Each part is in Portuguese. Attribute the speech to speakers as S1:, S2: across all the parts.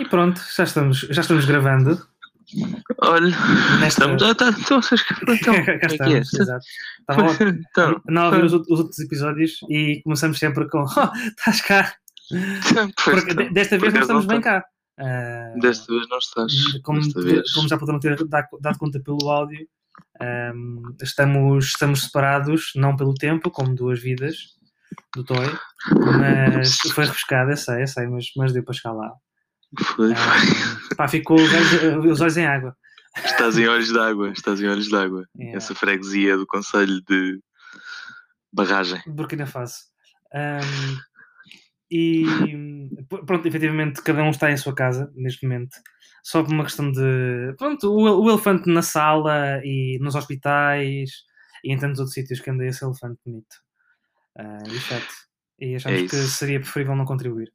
S1: Pronto, já estamos gravando.
S2: Olha,
S1: Nesta...
S2: então,
S1: cá estamos, exato. Estava a ouvir os outros episódios e começamos sempre com estás cá. Porque desta vez não estamos bem cá.
S2: Desta vez não estás.
S1: Como já poderão ter dado conta pelo áudio, estamos separados, não pelo tempo, como duas vidas do Toy, mas foi refrescado, eu sei, mas deu para chegar lá.
S2: Foi.
S1: Ficou os olhos em água.
S2: Estás em olhos d'água.
S1: Yeah.
S2: Essa freguesia do Conselho de Barragem.
S1: Burkina Faso. E pronto, efetivamente cada um está em sua casa neste momento. Só por uma questão de... Pronto, o elefante na sala e nos hospitais e em tantos outros sítios que anda esse elefante bonito. E chato. E achamos que seria preferível não contribuir.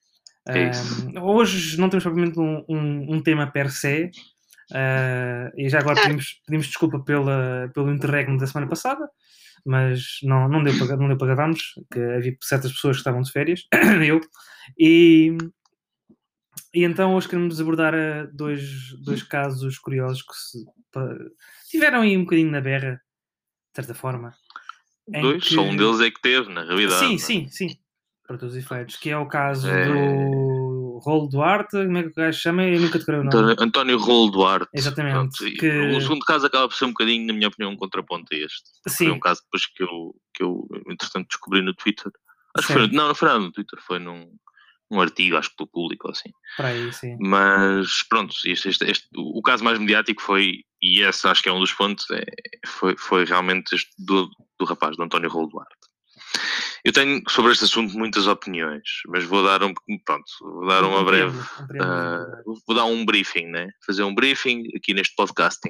S1: Hoje não temos propriamente um tema per se, e já agora pedimos desculpa pelo interregno da semana passada, mas não deu para gravarmos, que havia certas pessoas que estavam de férias, eu, e então hoje queremos abordar dois casos curiosos que tiveram aí um bocadinho na berra, de certa forma.
S2: Só um deles é que teve, na realidade.
S1: Sim. Para todos os efeitos, que é o caso do Rolo Duarte, como é que o gajo chama? Eu nunca decorei o nome.
S2: António Rolo Duarte.
S1: Exatamente.
S2: O segundo caso acaba por ser um bocadinho, na minha opinião, um contraponto a este.
S1: Sim.
S2: Foi um caso depois que eu entretanto, descobri no Twitter. Acho que foi, não foi nada no Twitter, foi num artigo, acho que pelo Público, assim.
S1: Para aí, sim.
S2: Mas, pronto, o caso mais mediático foi, e esse acho que é um dos pontos, foi realmente este do rapaz, do António Rolo Duarte. Eu tenho sobre este assunto muitas opiniões, mas vou dar uma breve... vou dar um briefing, né? Fazer um briefing aqui neste podcasting.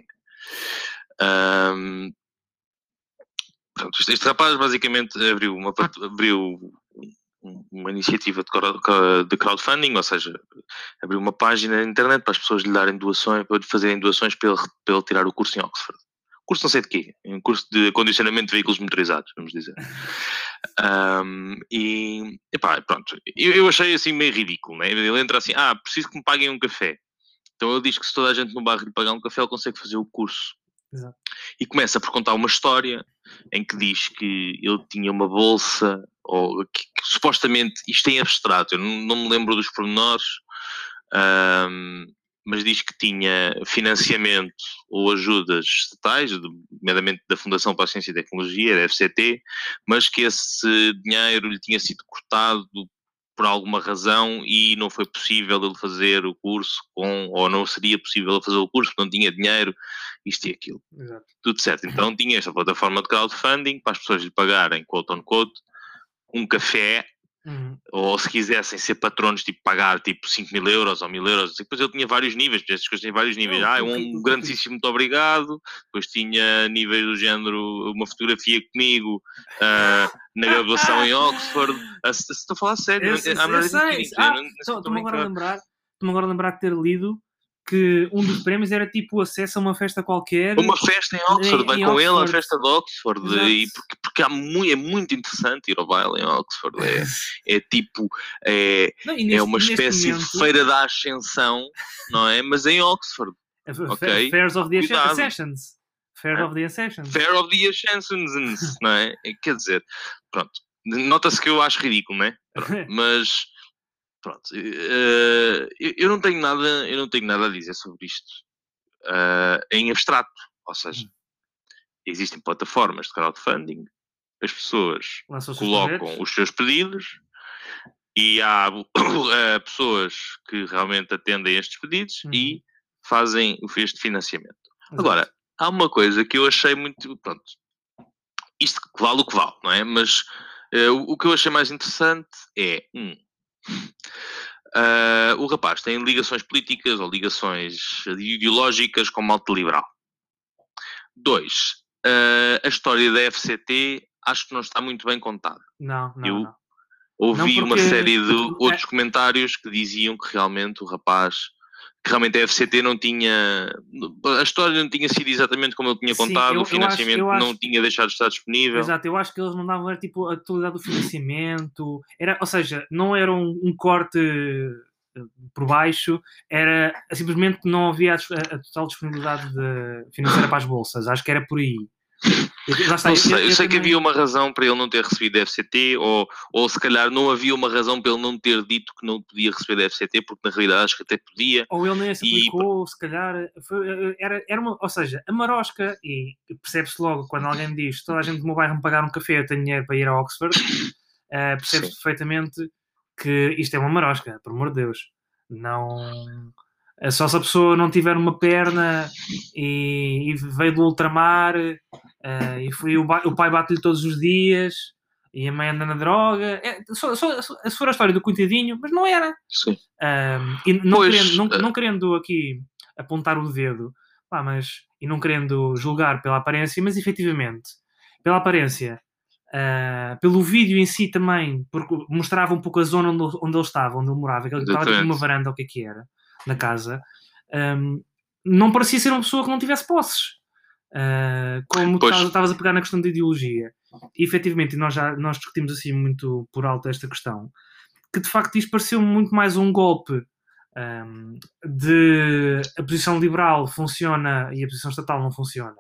S2: Pronto, este rapaz basicamente abriu uma iniciativa de crowdfunding, ou seja, abriu uma página na internet para as pessoas lhe darem doações, para lhe fazerem doações para ele tirar o curso em Oxford. Curso não sei de quê, um curso de acondicionamento de veículos motorizados, vamos dizer. Pronto, eu achei assim meio ridículo, né? Ele entra assim, preciso que me paguem um café. Então ele diz que se toda a gente no bairro lhe pagar um café, ele consegue fazer o curso.
S1: Exato.
S2: E começa por contar uma história em que diz que ele tinha uma bolsa, ou que supostamente, isto em abstrato, eu não me lembro dos pormenores, mas diz que tinha financiamento ou ajudas estatais, nomeadamente da Fundação para a Ciência e Tecnologia, da FCT, mas que esse dinheiro lhe tinha sido cortado por alguma razão e não foi possível ele fazer o curso ou não seria possível ele fazer o curso porque não tinha dinheiro, isto e aquilo.
S1: Exato.
S2: Tudo certo. Então tinha esta plataforma de crowdfunding para as pessoas lhe pagarem, quote on quote, um café, ou se quisessem ser patronos, tipo pagar tipo 5.000 euros ou 1.000 euros. Depois ele tinha vários níveis, porque estas coisas têm vários níveis. Um grandíssimo muito obrigado. Depois tinha níveis do género, uma fotografia comigo na graduação em Oxford. Estou a falar sério.
S1: Estou-me agora a lembrar de ter lido que um dos prémios era tipo acesso a uma festa qualquer.
S2: Uma festa em Oxford, vai com ele à festa de Oxford. E porque é muito interessante ir ao baile em Oxford. É tipo, é uma espécie de feira da ascensão, não é? Mas em Oxford. Okay?
S1: Fairs of the Ascensions. Fair of the
S2: Ascensions, não é? Quer dizer, pronto. Nota-se que eu acho ridículo, não é? Mas... Pronto, eu não tenho nada a dizer sobre isto em abstrato, ou seja, existem plataformas de crowdfunding, as pessoas colocam os seus pedidos e há pessoas que realmente atendem estes pedidos e fazem este financiamento. Exato. Agora, há uma coisa que eu achei muito, pronto, isto vale o que vale, não é? Mas o que eu achei mais interessante é o rapaz tem ligações políticas ou ligações ideológicas com malta liberal. 2. A história da FCT acho que não está muito bem contada.
S1: Não.
S2: Ouvi uma série de outros comentários que diziam que realmente o rapaz, que realmente a FCT não tinha... A história não tinha sido exatamente como ele tinha contado, o financiamento não tinha deixado de estar disponível.
S1: Exato, eu acho que eles não davam tipo a totalidade do financiamento, ou seja, não era um corte por baixo, era simplesmente que não havia a total disponibilidade financeira para as bolsas. Acho que era por aí.
S2: Não sei, eu sei que havia uma razão para ele não ter recebido FCT, ou se calhar não havia uma razão para ele não ter dito que não podia receber FCT, porque na realidade acho que até podia.
S1: Ou ele nem se aplicou, se calhar. Era uma, ou seja, a marosca, e percebe-se logo quando alguém me diz toda a gente do meu bairro me pagar um café, eu tenho dinheiro para ir a Oxford, percebe-se perfeitamente que isto é uma marosca, por amor de Deus. Não. Só se a pessoa não tiver uma perna e veio do ultramar e o pai bate-lhe todos os dias e a mãe anda na droga. Se for a história do coitadinho, mas não era.
S2: Sim.
S1: E não querendo aqui apontar o dedo, e não querendo julgar pela aparência, mas efetivamente, pela aparência, pelo vídeo em si também, porque mostrava um pouco a zona onde ele estava, onde ele morava, que ele estava tipo numa varanda, o que era, na casa, não parecia ser uma pessoa que não tivesse posses. Como estavas a pegar na questão da ideologia. E efetivamente, nós discutimos assim muito por alto esta questão, que de facto isto pareceu muito mais um golpe de a posição liberal funciona e a posição estatal não funciona.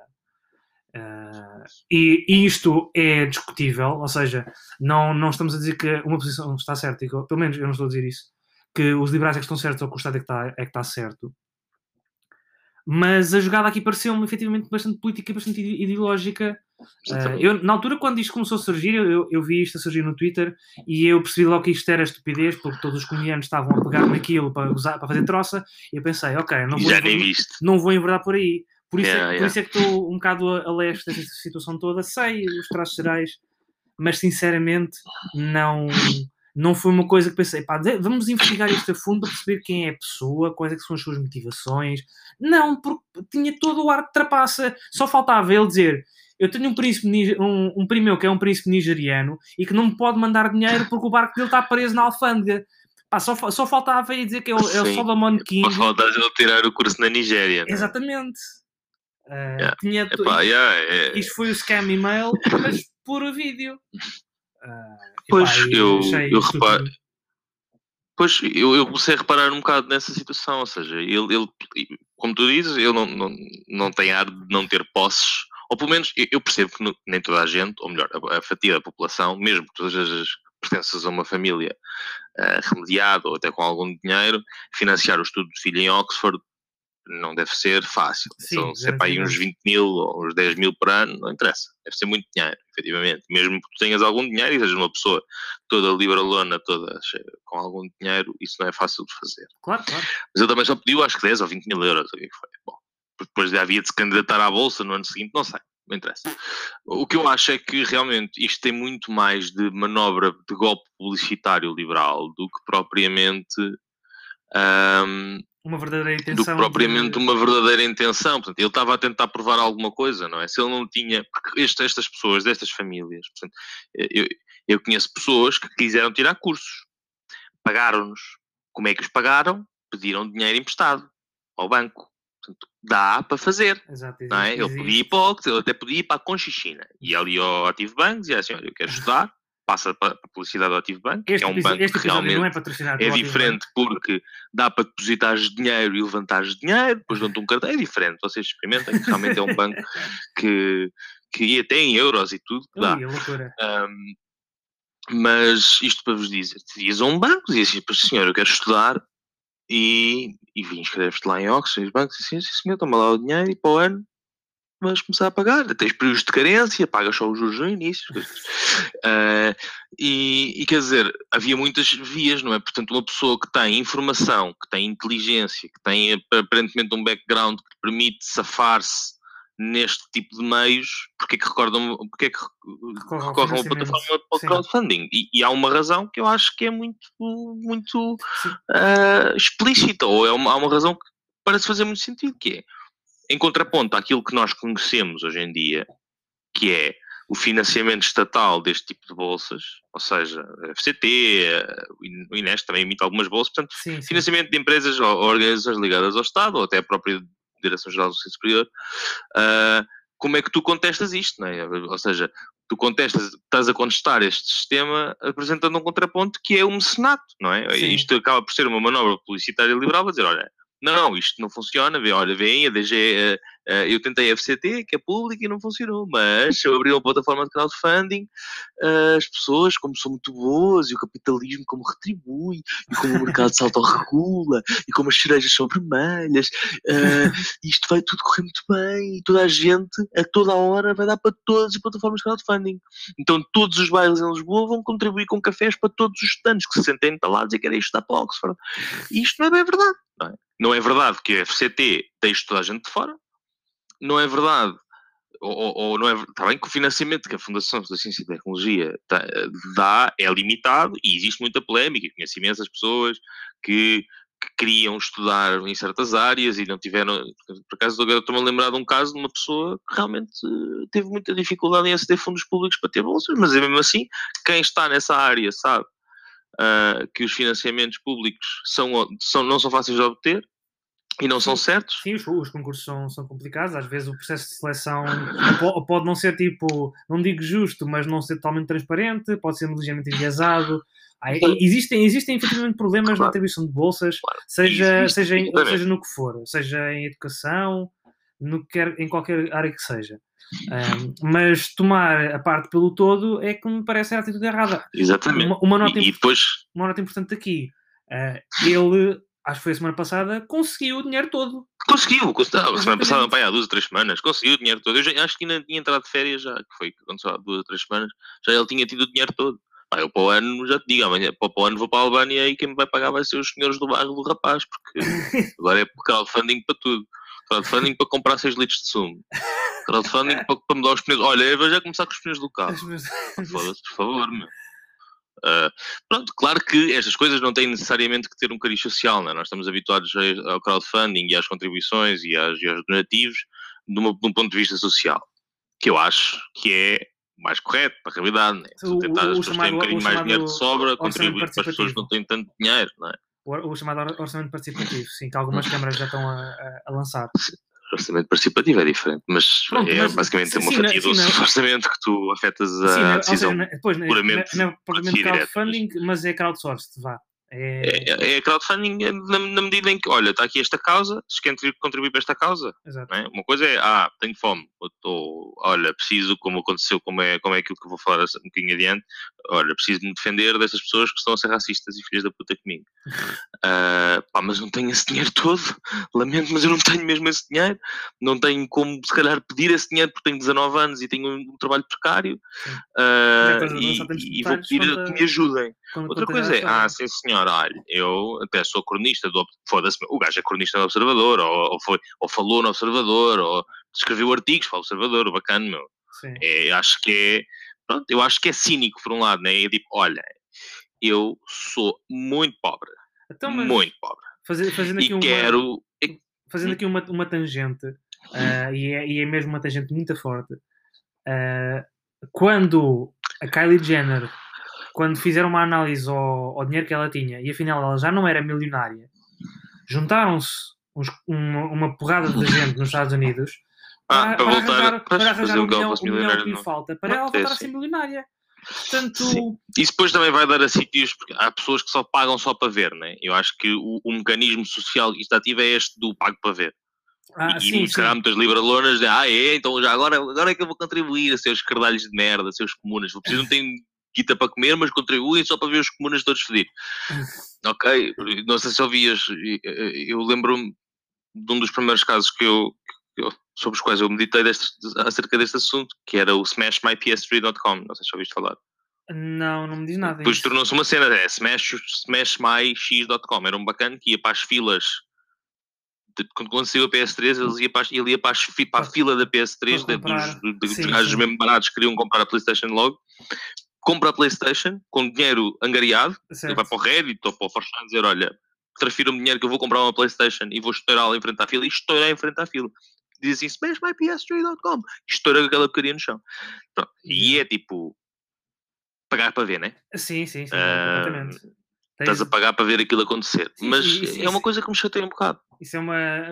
S1: E isto é discutível, ou seja, não estamos a dizer que uma posição está certa, e pelo menos eu não estou a dizer isso, que os liberais é que estão certos ou que o Estado é que está certo. Mas a jogada aqui pareceu-me efetivamente bastante política e bastante ideológica. Eu, na altura, quando isto começou a surgir, eu vi isto a surgir no Twitter e eu percebi logo que isto era estupidez, porque todos os comediantes estavam a pegar naquilo para fazer troça, e eu pensei, ok, não vou enverdar por aí. Por isso é que estou um bocado a leste desta situação toda, sei os traços gerais, mas sinceramente não foi uma coisa que pensei, vamos investigar isto a fundo para perceber quem é a pessoa, quais é que são as suas motivações. Não, porque tinha todo o ar de trapaça. Só faltava ele dizer, eu tenho um príncipe, um primo meu que é um príncipe nigeriano e que não me pode mandar dinheiro porque o barco dele está preso na alfândega. Só faltava ele dizer que é o Solomon King.
S2: Só faltava ele tirar o curso na Nigéria. Né?
S1: Exatamente. Isto foi o scam email, mas por vídeo.
S2: Eu reparo. Pois, eu comecei a reparar um bocado nessa situação, ou seja, ele como tu dizes, ele não tem ar de não ter posses, ou pelo menos eu percebo que nem toda a gente, ou melhor, a fatia da população, mesmo que tu sejas pertenças a uma família remediada ou até com algum dinheiro, financiar o estudo de filho em Oxford não deve ser fácil. São sempre aí uns 20 mil ou uns 10 mil por ano, não interessa. Deve ser muito dinheiro, efetivamente. Mesmo que tu tenhas algum dinheiro e sejas uma pessoa toda liberalona, toda com algum dinheiro, isso não é fácil de fazer.
S1: Claro.
S2: Mas eu também só pedi, acho que 10 ou 20 mil euros. O que foi? Bom, depois havia de se candidatar à bolsa no ano seguinte, não sei. Não interessa. O que eu acho é que realmente isto tem muito mais de manobra de golpe publicitário liberal do que propriamente
S1: uma verdadeira intenção.
S2: Do que propriamente uma verdadeira intenção. Portanto, ele estava a tentar provar alguma coisa, não é? Se ele não tinha... Porque estas pessoas, destas famílias... Portanto, eu conheço pessoas que quiseram tirar cursos. Pagaram-nos. Como é que os pagaram? Pediram dinheiro emprestado ao banco. Portanto, dá para fazer.
S1: Exato,
S2: não é? Ele podia ir para ele até podia ir para a Conchichina. E ali ao Ativo Banco dizia assim, olha, eu quero estudar. Passa para a publicidade do Ativo Banco, que é um banco que realmente
S1: não é patrocinado
S2: é diferente porque dá para depositares dinheiro e levantares dinheiro, depois dão-te um cartão, é diferente, vocês experimentem, que realmente é um banco que ia até em euros e tudo, dá.
S1: Loucura.
S2: Mas isto para vos dizer, ias a um banco, dizias assim, senhor, eu quero estudar e vim inscrever-te lá em Oxford, os bancos assim, senhor, toma lá o dinheiro e para o ano vais começar a pagar. Tens períodos de carência, pagas só os juros no início. E quer dizer, havia muitas vias, não é? Portanto, uma pessoa que tem informação, que tem inteligência, que tem aparentemente um background que permite safar-se neste tipo de meios, porque é que recorrem a uma plataforma para o crowdfunding? E há uma razão que eu acho que é muito explícita, ou há uma razão que parece fazer muito sentido, que é em contraponto àquilo que nós conhecemos hoje em dia, que é o financiamento estatal deste tipo de bolsas, ou seja, a FCT, o INES também emite algumas bolsas, portanto, financiamento de empresas ou organizações ligadas ao Estado, ou até a própria Direção-Geral do Ensino Superior, como é que tu contestas isto, não é? Ou seja, tu contestas, estás a contestar este sistema apresentando um contraponto que é o mecenato, não é?
S1: Sim.
S2: Isto acaba por ser uma manobra publicitária liberal a dizer, olha, não, isto não funciona, olha, vem a DG, eu tentei a FCT, que é pública e não funcionou, mas se eu abrir uma plataforma de crowdfunding, as pessoas, como são muito boas, e o capitalismo como retribui, e como o mercado se autorregula, e como as cerejas são vermelhas, isto vai tudo correr muito bem, e toda a gente, a toda a hora, vai dar para todas as plataformas de crowdfunding. Então todos os bairros em Lisboa vão contribuir com cafés para todos os estudantes que se sentem entalados e querem estudar para Oxford. E isto não é bem verdade, não é? Não é verdade que a FCT deixe toda a gente de fora. Não é verdade. Ou não é, está bem que o financiamento que a Fundação da Ciência e Tecnologia dá é limitado e existe muita polémica. Conheço imensas pessoas que queriam estudar em certas áreas e não tiveram. Por acaso, agora estou-me a lembrar de um caso de uma pessoa que realmente teve muita dificuldade em aceder a fundos públicos para ter bolsas, mas é mesmo assim, quem está nessa área sabe que os financiamentos públicos não são fáceis de obter e não são certos.
S1: Sim, os concursos são complicados. Às vezes o processo de seleção pode não ser não digo justo, mas não ser totalmente transparente, pode ser ligeiramente enviesado. Existem efetivamente problemas na atribuição de bolsas, seja no que for, seja em educação, em qualquer área que seja. Mas tomar a parte pelo todo é que me parece a atitude errada.
S2: Exatamente.
S1: Uma nota importante aqui. Ele, acho que foi a semana passada, conseguiu o dinheiro todo.
S2: Conseguiu. A semana passada, há 2 ou 3 semanas. Conseguiu o dinheiro todo. Eu acho que ainda tinha entrado de férias já, que foi aconteceu há 2 ou 3 semanas. Já ele tinha tido o dinheiro todo. Eu para o ano, já te digo, amanhã para o ano vou para a Albânia e quem me vai pagar vai ser os senhores do bairro do rapaz, porque agora é crowdfunding para tudo. Crowdfunding para comprar 6 litros de sumo. Crowdfunding para mudar os pneus. Olha, eu vou já começar com os pneus do carro. Foda-se, por favor, meu. Pronto, claro que estas coisas não têm necessariamente que ter um cariz social, não é? Nós estamos habituados ao crowdfunding e às contribuições e aos donativos de um ponto de vista social, que eu acho que é mais correto para a realidade, né? Se tentar as pessoas terem um bocadinho mais dinheiro de sobra, contribuir para as pessoas que não têm tanto dinheiro, não é?
S1: O chamado orçamento participativo, sim, que algumas câmaras já estão a lançar.
S2: O orçamento participativo é diferente, mas basicamente uma fatia do orçamento que tu afetas a decisão puramente
S1: não é propriamente crowdfunding, mas é crowdsourced, vá.
S2: É crowdfunding na medida em que, olha, está aqui esta causa, se quer contribuir para esta causa. Não é? Uma coisa é, tenho fome, olha, preciso, como aconteceu, como é aquilo que eu vou falar um bocadinho adiante, olha, preciso de me defender destas pessoas que estão a ser racistas e filhas da puta comigo. Mas não tenho esse dinheiro todo, lamento, mas eu não tenho mesmo esse dinheiro, não tenho como, se calhar, pedir esse dinheiro porque tenho 19 anos e tenho um trabalho precário, e vou pedir que me ajudem. Outra coisa é, sim senhor, olha, eu até sou cronista foda-se, o gajo é cronista do Observador, ou falou no Observador, ou escreveu artigos para o Observador, bacana, meu. Eu acho que é cínico, por um lado, né? É tipo, olha, eu sou muito pobre, muito pobre.
S1: Fazendo aqui uma tangente, e é mesmo uma tangente muito forte, quando a Kylie Jenner, quando fizeram uma análise ao dinheiro que ela tinha e afinal ela já não era milionária, juntaram-se uma porrada de gente nos Estados Unidos para arranjar o milhão que lhe falta para ela voltar a ser milionária. Portanto...
S2: Isso depois também vai dar a sítios, porque há pessoas que só pagam só para ver, né? Eu acho que o mecanismo social que está ativo é este do pago para ver. E há muitas liberalonas de, então já agora é que eu vou contribuir a seus cardalhos de merda, a seus comunas. Vocês não têm guita para comer, mas contribuem só para ver os comunas todos fedidos. Ok? Não sei se ouvias, eu lembro-me de um dos primeiros casos sobre os quais eu meditei acerca deste assunto, que era o smashmyps3.com. Não sei se ouviste falar.
S1: Não me diz nada.
S2: Depois tornou-se uma cena, smashmyx.com. Era um bacana que ia para as filas. Quando saiu a PS3, ele ia para a fila da PS3, dos gajos mesmo baratos que queriam comprar a PlayStation logo. Compra a PlayStation com dinheiro angariado, ele vai para o Reddit ou para o Forchan dizer, olha, transfira-me dinheiro que eu vou comprar uma PlayStation e vou estourá-la em frente à fila, e estourar em frente à fila. Diz assim, smashmyps3.com, e estoura aquela porcaria no chão. Pronto. E é tipo, pagar para ver, né?
S1: Sim, completamente.
S2: Estás a pagar para ver aquilo acontecer. Mas é uma coisa que me chateia um bocado.
S1: Isso é uma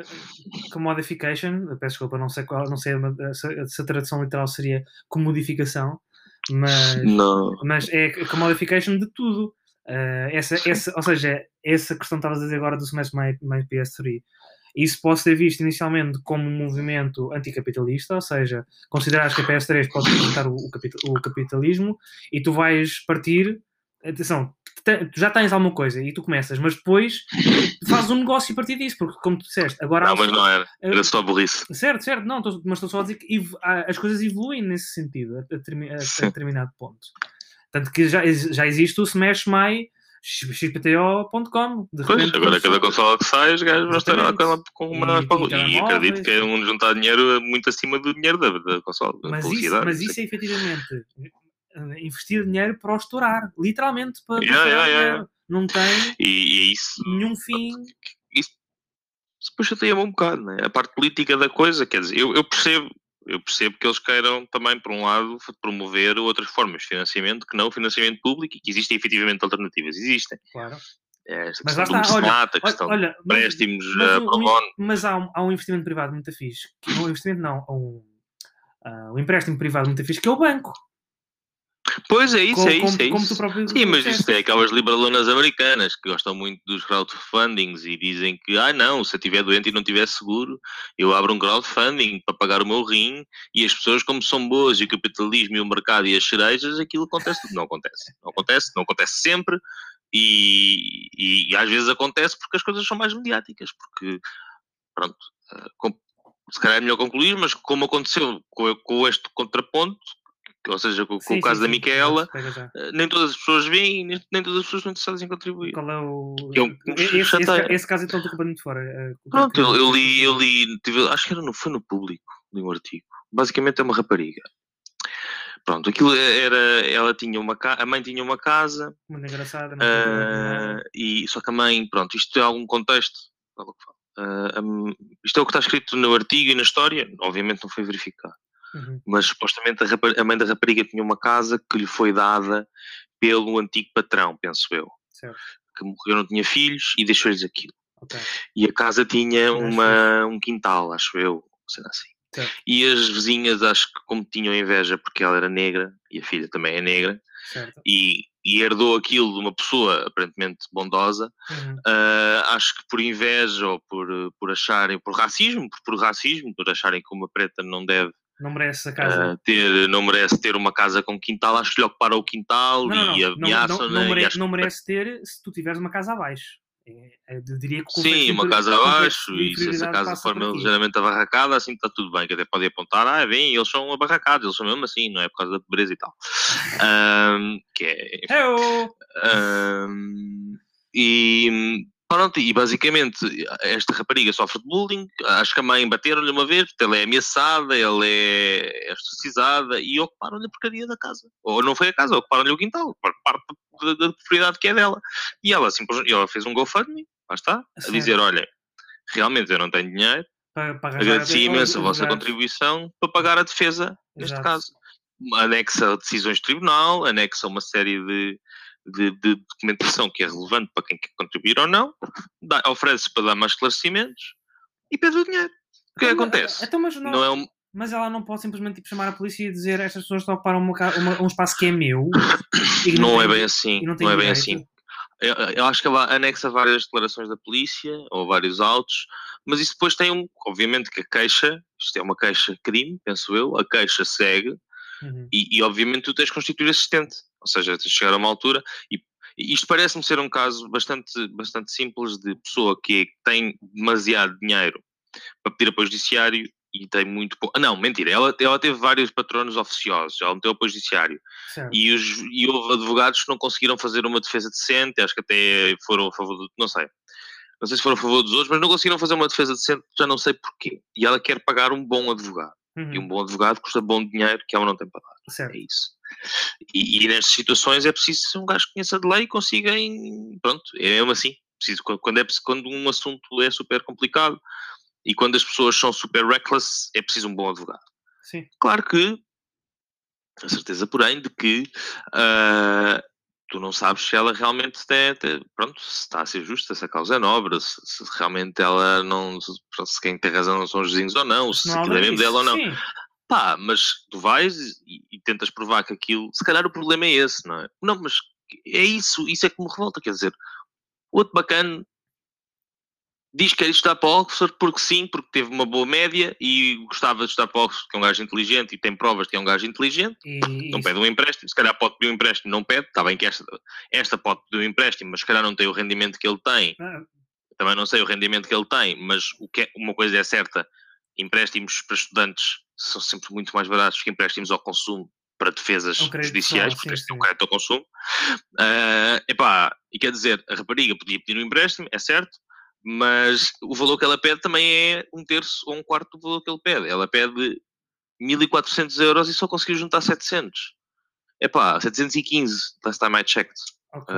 S1: commodification, peço desculpa, não sei se a tradução literal seria comodificação, mas é a commodification de tudo. Ou seja, essa questão que estavas a dizer agora do Smash My PS3, isso pode ser visto inicialmente como um movimento anticapitalista, ou seja, considerares que a PS3 pode representar o capitalismo e tu vais partir, atenção, tu já tens alguma coisa e tu começas, mas depois fazes um negócio a partir disso, porque como tu disseste, agora...
S2: Não, mas não era só burrice.
S1: Certo, não, mas estou só a dizer que as coisas evoluem nesse sentido, a determinado ponto. Tanto que já existe o Smash My xpto.com.
S2: Pois, agora cada consola que sai, os gajos vão estar lá com uma... E acredito que é um juntar dinheiro muito acima do dinheiro da consola.
S1: Mas isso é efetivamente investir dinheiro para o estourar, literalmente para dinheiro. Não tem nenhum fim.
S2: Isso depois chateia-me um bocado, né? A parte política da coisa, quer dizer, eu percebo que eles queiram também, por um lado, promover outras formas de financiamento que não o financiamento público e que existem efetivamente alternativas. Existem.
S1: Claro.
S2: Mas lá está, a questão de préstimos
S1: mas há um investimento privado muito fixe. Um investimento não, um empréstimo privado muito fixe, que é o banco.
S2: Pois é isso.
S1: Como tu próprio
S2: sim, mas isto é aquelas liberalonas americanas que gostam muito dos crowdfundings e dizem que, não, se eu estiver doente e não tiver seguro, eu abro um crowdfunding para pagar o meu rim e as pessoas, como são boas, e o capitalismo e o mercado e as cerejas, aquilo acontece tudo. Não acontece sempre e às vezes acontece porque as coisas são mais mediáticas, porque, pronto, se calhar é melhor concluir, mas como aconteceu com este contraponto, ou seja, com o caso da Micaela, nem todas as pessoas veem, nem todas as pessoas estão interessadas em contribuir.
S1: Qual é o... Esse caso então estou muito fora.
S2: Pronto, eu li, acho que foi no Público, li um artigo. Basicamente é uma rapariga. Pronto, aquilo ela tinha a mãe tinha uma casa.
S1: Muito engraçada.
S2: E só que a mãe, pronto, isto tem algum contexto. Isto é o que está escrito no artigo e na história, obviamente não foi verificado. Mas supostamente a mãe da rapariga tinha uma casa que lhe foi dada pelo antigo patrão, penso eu.
S1: Certo.
S2: Que morreu, não tinha filhos e deixou-lhes aquilo.
S1: Okay.
S2: E a casa tinha um quintal, acho eu, sendo assim.
S1: Certo.
S2: E as vizinhas, acho que como tinham inveja porque ela era negra e a filha também é negra, e herdou aquilo de uma pessoa aparentemente bondosa, acho que por inveja ou por acharem, por racismo, por acharem que uma preta não
S1: merece a casa.
S2: Não merece ter uma casa com quintal, acho que lhe ocuparam o quintal e ameaçam-na.
S1: Não merece ter se tu tiveres uma casa abaixo. Diria que
S2: sim, uma casa abaixo, e se essa casa for ligeiramente abarracada, assim está tudo bem, que até pode apontar, bem, eles são abarracados, eles são mesmo assim, não é por causa da pobreza e tal. Que é... Pronto, e basicamente esta rapariga sofre de bullying, acho que a mãe bateram-lhe uma vez, porque ela é ameaçada, ela é ostracizada e ocuparam-lhe a porcaria da casa. Ou não foi a casa, ocuparam-lhe o quintal, parte da propriedade que é dela. E ela fez um GoFundMe, lá está, a dizer, olha, realmente eu não tenho dinheiro, agradeci imenso a vossa contribuição para pagar a defesa, neste caso. Anexa decisões de tribunal, anexa uma série de documentação que é relevante para quem quer contribuir ou não, oferece para dar mais esclarecimentos e pede o dinheiro. O que acontece?
S1: Mas ela não pode simplesmente chamar a polícia e dizer estas pessoas estão a ocupar um espaço que é meu.
S2: Não é bem assim. Não é bem assim. Eu acho que ela anexa várias declarações da polícia ou vários autos, mas isso depois tem obviamente que a queixa, isto é uma queixa-crime, penso eu, a queixa segue. E obviamente tu tens de constituir assistente, ou seja, tens de chegar a uma altura e isto parece-me ser um caso bastante simples de pessoa que tem demasiado dinheiro para pedir apoio judiciário e tem muito pouco. Não, mentira, ela teve vários patronos oficiosos, ela meteu apoio judiciário e houve advogados que não conseguiram fazer uma defesa decente, acho que até foram a favor não sei se foram a favor dos outros, mas não conseguiram fazer uma defesa decente, já não sei porquê, e ela quer pagar um bom advogado. E um bom advogado custa bom dinheiro que ela não tem para dar.
S1: Certo.
S2: É isso. E nestas situações é preciso ser um gajo que conheça de lei e consiga. Pronto, é mesmo assim. Quando um assunto é super complicado e quando as pessoas são super reckless, é preciso um bom advogado.
S1: Sim.
S2: Claro que, a certeza, porém, de que tu não sabes se ela realmente pronto, se está a ser justa, se a causa é nobre, se realmente ela não. Se quem tem razão não são os vizinhos ou não, se aquilo é mesmo dela ou não.
S1: Sim.
S2: Pá, mas tu vais e tentas provar que aquilo... Se calhar o problema é esse, não é? Não, mas é isso é que me revolta, quer dizer... O outro bacana diz que quer estudar para Oxford porque sim, porque teve uma boa média e gostava de estudar para Oxford, que é um gajo inteligente e tem provas que é um gajo inteligente. Não pede um empréstimo, se calhar pode pedir um empréstimo, não pede. Está bem que esta pode pedir um empréstimo, mas se calhar não tem o rendimento que ele tem. Também não sei o rendimento que ele tem, mas uma coisa é certa: empréstimos para estudantes são sempre muito mais baratos que empréstimos ao consumo para defesas judiciais, porque este é um crédito ao consumo. E quer dizer, a rapariga podia pedir um empréstimo, é certo, mas o valor que ela pede também é 1/3 ou 1/4 do valor que ele pede. Ela pede 1.400 euros e só conseguiu juntar 700. 715, last time I checked.
S1: Okay.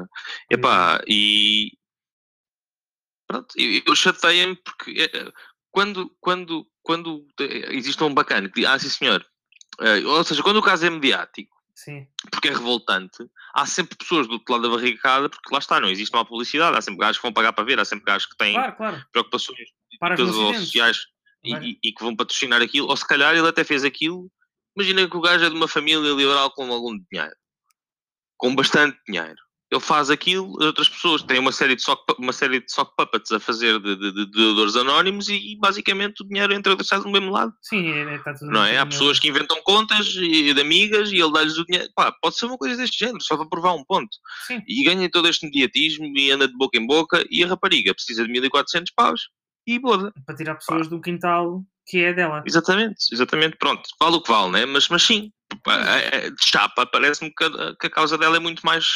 S2: E pronto, eu chateei-me porque quando existe um bacana que diz, sim senhor, ou seja, quando o caso é mediático,
S1: sim,
S2: porque é revoltante, há sempre pessoas do outro lado da barricada, porque lá está, não existe uma publicidade, há sempre gajos que vão pagar para ver, há sempre gajos que têm preocupações sociais e que vão patrocinar aquilo, ou se calhar ele até fez aquilo. Imagina que o gajo é de uma família liberal com algum dinheiro, com bastante dinheiro. Ele faz aquilo, as outras pessoas têm uma série de sock puppets a fazer de doadores anónimos e basicamente o dinheiro entra no mesmo lado.
S1: Sim, está tudo.
S2: Não é? Há pessoas que inventam contas de amigas e ele dá-lhes o dinheiro. Pode ser uma coisa deste género, só para provar um ponto.
S1: Sim.
S2: E ganha todo este mediatismo e anda de boca em boca e a rapariga precisa de 1.400 paus e boda.
S1: Para tirar pessoas do quintal que é dela.
S2: Exatamente, pronto. Vale o que vale, né? Mas sim, de chapa, parece-me que a causa dela é muito mais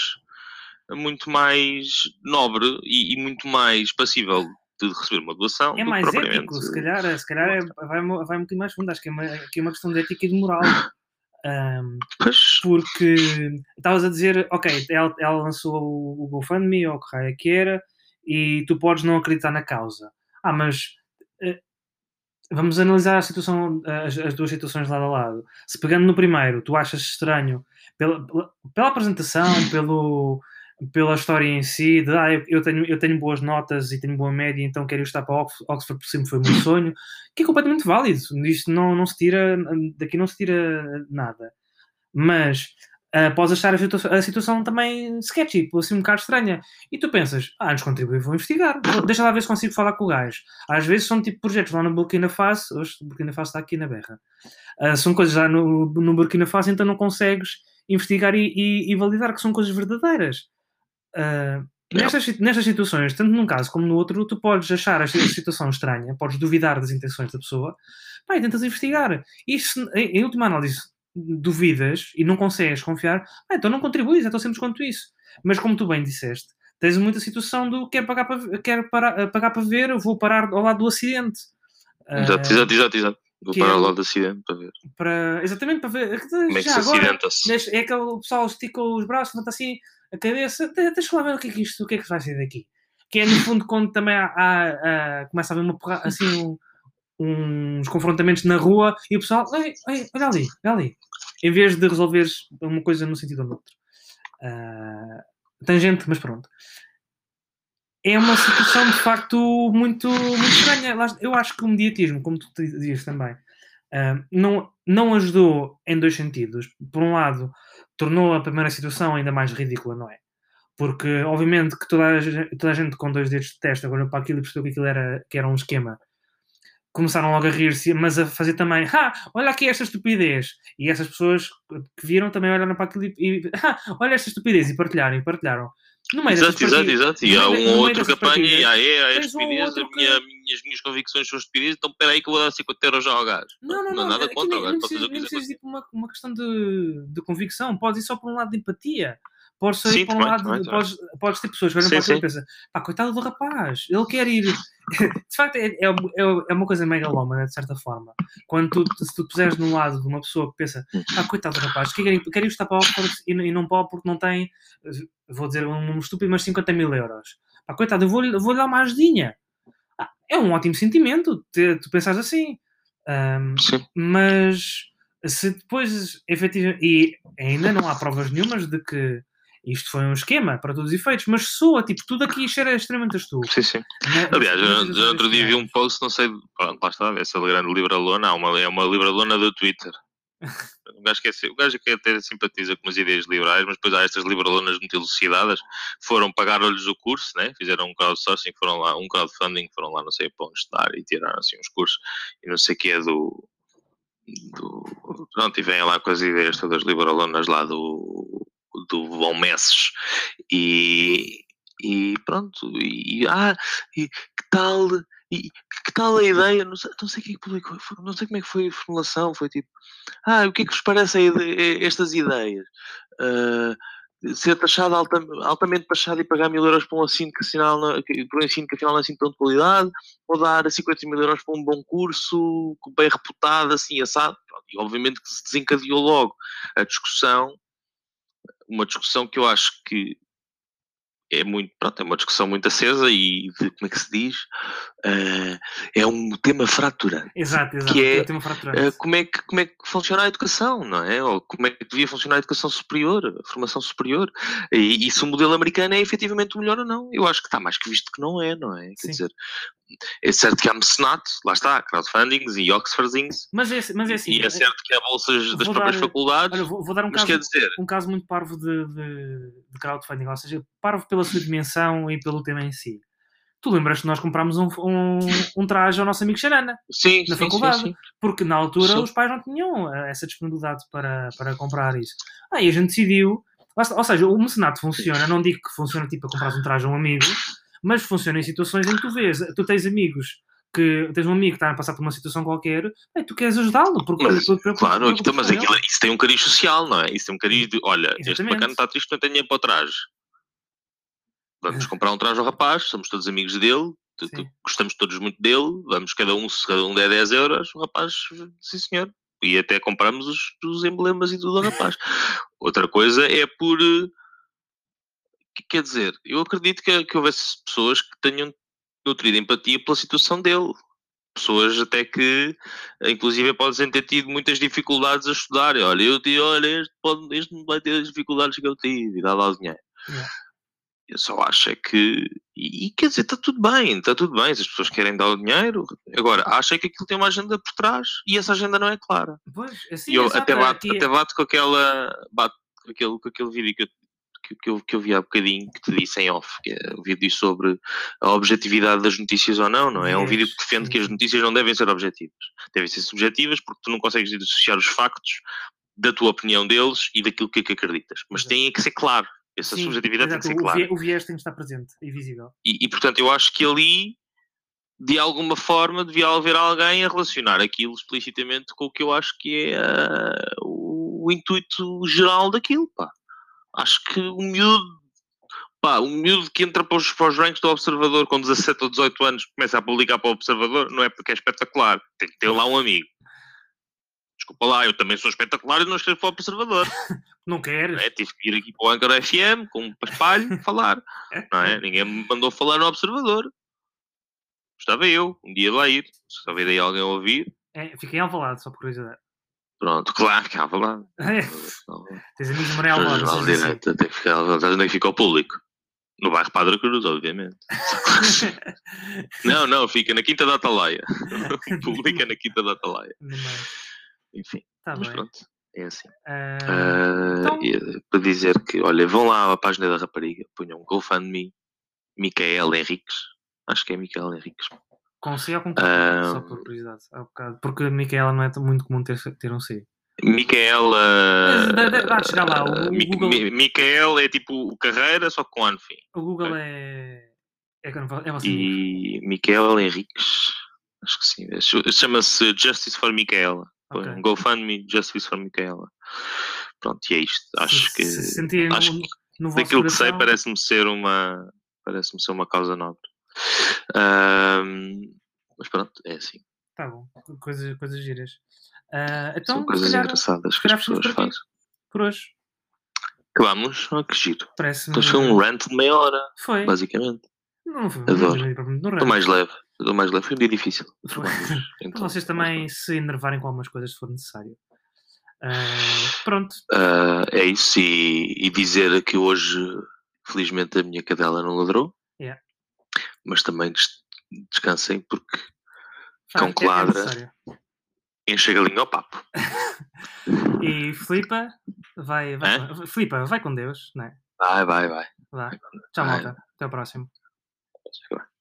S2: nobre e muito mais passível de receber uma doação.
S1: É mais ético, se calhar vai um bocadinho mais fundo. Acho que é uma questão de ética e de moral. Porque estavas a dizer, ok, ela lançou o GoFundMe ou o que raio que era e tu podes não acreditar na causa. Mas vamos analisar a situação, as duas situações lado a lado. Se pegando no primeiro, tu achas estranho pela apresentação, pela história em si, de eu tenho boas notas e tenho boa média, então quero estar para Oxford, por sempre foi o meu sonho, que é completamente válido. Isto daqui não se tira nada. Mas podes achar a situação também sketchy, assim um bocado estranha. E tu pensas, nos contribui, vou investigar. Deixa lá ver se consigo falar com o gajo. Às vezes são tipo projetos lá no Burkina Faso. Hoje o Burkina Faso está aqui na berra. São coisas lá no Burkina Faso, então não consegues investigar e validar que são coisas verdadeiras. Nestas situações, tanto num caso como no outro, tu podes achar a situação estranha, podes duvidar das intenções da pessoa, e tentas investigar. E se, em última análise, duvidas e não consegues confiar, então não contribuis, é tão simples quanto isso. Mas como tu bem disseste, tens muita situação do quero pagar para ver, eu vou parar ao lado do acidente.
S2: Exato. Vou parar ao lado do acidente para ver.
S1: Exatamente, para ver.
S2: Como é que se acidenta-se?
S1: É aquele o pessoal estica os braços, levanta assim a cabeça, deixa lá ver o que é que isto, o que é que vai sair daqui. Que é no fundo quando também começa a haver assim uns confrontamentos na rua e o pessoal, olha ali. Em vez de resolveres uma coisa no sentido ou no outro. Tangente, mas pronto. É uma situação de facto muito, muito estranha. Eu acho que o mediatismo, como tu dizias também, não ajudou em dois sentidos. Por um lado, tornou a primeira situação ainda mais ridícula, não é? Porque, obviamente, que toda a gente com 2 dedos de testa olhou para aquilo e percebeu que aquilo era um esquema. Começaram logo a rir-se, mas a fazer também, olha aqui esta estupidez. E essas pessoas que viram também olharam para aquilo e olha esta estupidez, e partilharam. No meio
S2: exato. E há um ou outro que apanha e é estupidez, as minhas convicções são estupidez, então espera aí que eu vou dar 50 euros já ao gajo.
S1: Não,
S2: nada contra o gajo.
S1: Não precisa ir por uma questão de convicção, podes ir só por um lado de empatia. Podes ir por um lado, podes ter pessoas que olham para aquilo e pensam, coitado do rapaz, ele quer ir. De facto, é uma coisa megalómana, de certa forma. Quando se tu puseres no lado de uma pessoa que pensa, coitado do rapaz, quer ir estar para Oxford e não pode porque não tem, vou dizer um número estúpido, mas 50 mil euros. Coitado, eu vou-lhe dar uma ajudinha. É um ótimo sentimento, tu pensares assim. Mas se depois, efetivamente, e ainda não há provas nenhumas de que isto foi um esquema para todos os efeitos, mas soa, tipo, tudo aqui isto era extremamente astuto.
S2: Sim. Aliás, eu outro dia vi um post, não sei, pronto, lá está, essa grande libralona, é uma libralona do Twitter. O gajo que até simpatiza com as ideias liberais, mas depois há estas libralonas muito elucidadas, foram pagar-lhes o curso, né? Fizeram um crowdsourcing, foram lá, um crowdfunding, foram lá não sei para onde estar e tiraram assim uns cursos e não sei o que é pronto, e vêm lá com as ideias todas liberalonas lá do Bom Messes e pronto, e que tal a ideia, não sei quem publicou, não sei como é que foi a formulação, foi tipo, o que é que vos parece estas ideias? Ser taxado, altamente taxado e pagar 1000 euros por um ensino por um ensino que afinal não é assim tão de qualidade, ou dar 50 mil euros por um bom curso, bem reputado, assim, assado. E obviamente que se desencadeou logo a discussão, uma discussão que eu acho que é uma discussão muito acesa e como é que se diz? É um tema fraturante.
S1: Exato,
S2: que é
S1: um tema fraturante.
S2: como é que funciona a educação, não é? Ou como é que devia funcionar a educação superior, a formação superior. E se o modelo americano é efetivamente o melhor ou não. Eu acho que está mais que visto que não é, não é? Quer dizer, é certo que há mecenato, lá está, crowdfundings e Oxfordings.
S1: Mas é assim.
S2: E é certo que há bolsas das próprias faculdades.
S1: Olha, vou dar um caso muito parvo de crowdfunding, ou seja, parvo pela sua dimensão e pelo tema em si. Tu lembras que nós comprámos um traje ao nosso amigo Xanana na faculdade,
S2: sim.
S1: porque na altura os pais não tinham essa disponibilidade para comprar isso. E a gente decidiu, ou seja, o mecenato funciona, não digo que funciona tipo a comprar um traje a um amigo, mas funciona em situações em que tu tens amigos, que tens um amigo que está a passar por uma situação qualquer, tu queres ajudá-lo.
S2: Claro, mas isso tem um cariz social, não é? Isso tem um cariz de, olha, este bacana está triste, não tem dinheiro para o traje. Vamos comprar um traje ao rapaz, somos todos amigos dele, gostamos todos muito dele, vamos cada um der 10 euros, o rapaz, sim senhor, e até compramos os emblemas e tudo ao rapaz. Outra coisa é por... Quer dizer, eu acredito que houvesse pessoas que tenham nutrido empatia pela situação dele. Pessoas até que, inclusive, podem ter tido muitas dificuldades a estudar. Olha, este não vai ter as dificuldades que eu tive, e dá lá o dinheiro. Eu só acho é que... E quer dizer, está tudo bem, se as pessoas querem dar o dinheiro. Agora, acho é que aquilo tem uma agenda por trás e essa agenda não é clara.
S1: Pois, assim,
S2: e eu até bato com aquele vídeo que eu vi há bocadinho, que te disse em off, que é o vídeo sobre a objetividade das notícias ou não é? É um vídeo que defende que as notícias não devem ser objetivas. Devem ser subjetivas porque tu não consegues dissociar os factos da tua opinião deles e daquilo que acreditas. Mas tem que ser claro. Essa subjetividade tem que ser clara.
S1: O viés tem que estar presente e visível.
S2: E, portanto, eu acho que ali, de alguma forma, devia haver alguém a relacionar aquilo explicitamente com o que eu acho que é o intuito geral daquilo, pá. Acho que o miúdo que entra para os rankings do Observador com 17 ou 18 anos começa a publicar para o Observador, não é porque é espetacular. Tem que ter lá um amigo. Desculpa lá, eu também sou espetacular e não escrevo para o Observador.
S1: Não queres?
S2: Tive que ir aqui para o Anchor FM, com um paspalho, falar. Não é? Ninguém me mandou falar no Observador. Gostava eu, um dia de lá ir. Se houver aí alguém a ouvir.
S1: Fiquei Alvalade, só por curiosidade.
S2: Pronto, claro que há Alvalade.
S1: Tens amigos de Maria Alvalade.
S2: Jornal Direito, tem que ficar Alvalade. Onde é que fica o público? No bairro Padre Cruz, obviamente. Não, fica na Quinta da Atalaia. Publica na Quinta da Atalaia. Enfim, mas pronto, é assim. Então... para dizer que, olha, vão lá à página da rapariga, ponham GoFundMe, Micaela Henriques. Acho que é Micaela Henriques.
S1: Com C ou com K? Só por curiosidade. Porque a Micaela não é muito comum ter um C.
S2: Micaela.
S1: Dá de chegar lá. Google...
S2: Micaela é tipo carreira, só com A no fim.
S1: O Google é você.
S2: E Micaela Henriques. Acho que sim. Chama-se Justice for Micaela. Okay. GoFundMe, Justice for Micaela. Pronto, e é isto. Acho que daquilo que sei parece-me ser uma causa nobre. Mas pronto, é assim.
S1: Tá bom, coisas giras. Então,
S2: são coisas engraçadas que as pessoas fazem.
S1: Por hoje.
S2: Acabamos? Que giro.
S1: Parece-me...
S2: Foi um rant de meia hora.
S1: Foi.
S2: Basicamente.
S1: Não foi.
S2: Adoro. Estou mais leve. Foi um dia difícil.
S1: Para vocês também se enervarem com algumas coisas se for necessário. Pronto.
S2: É isso. E dizer que hoje, felizmente, a minha cadela não ladrou.
S1: Yeah.
S2: Mas também descansem, porque
S1: Faz,
S2: cão que ladra
S1: necessário.
S2: enche a língua ao papo.
S1: E Filipa, Filipa, vai com Deus, não é?
S2: Vai.
S1: Vá. Tchau, malta. Até ao próximo.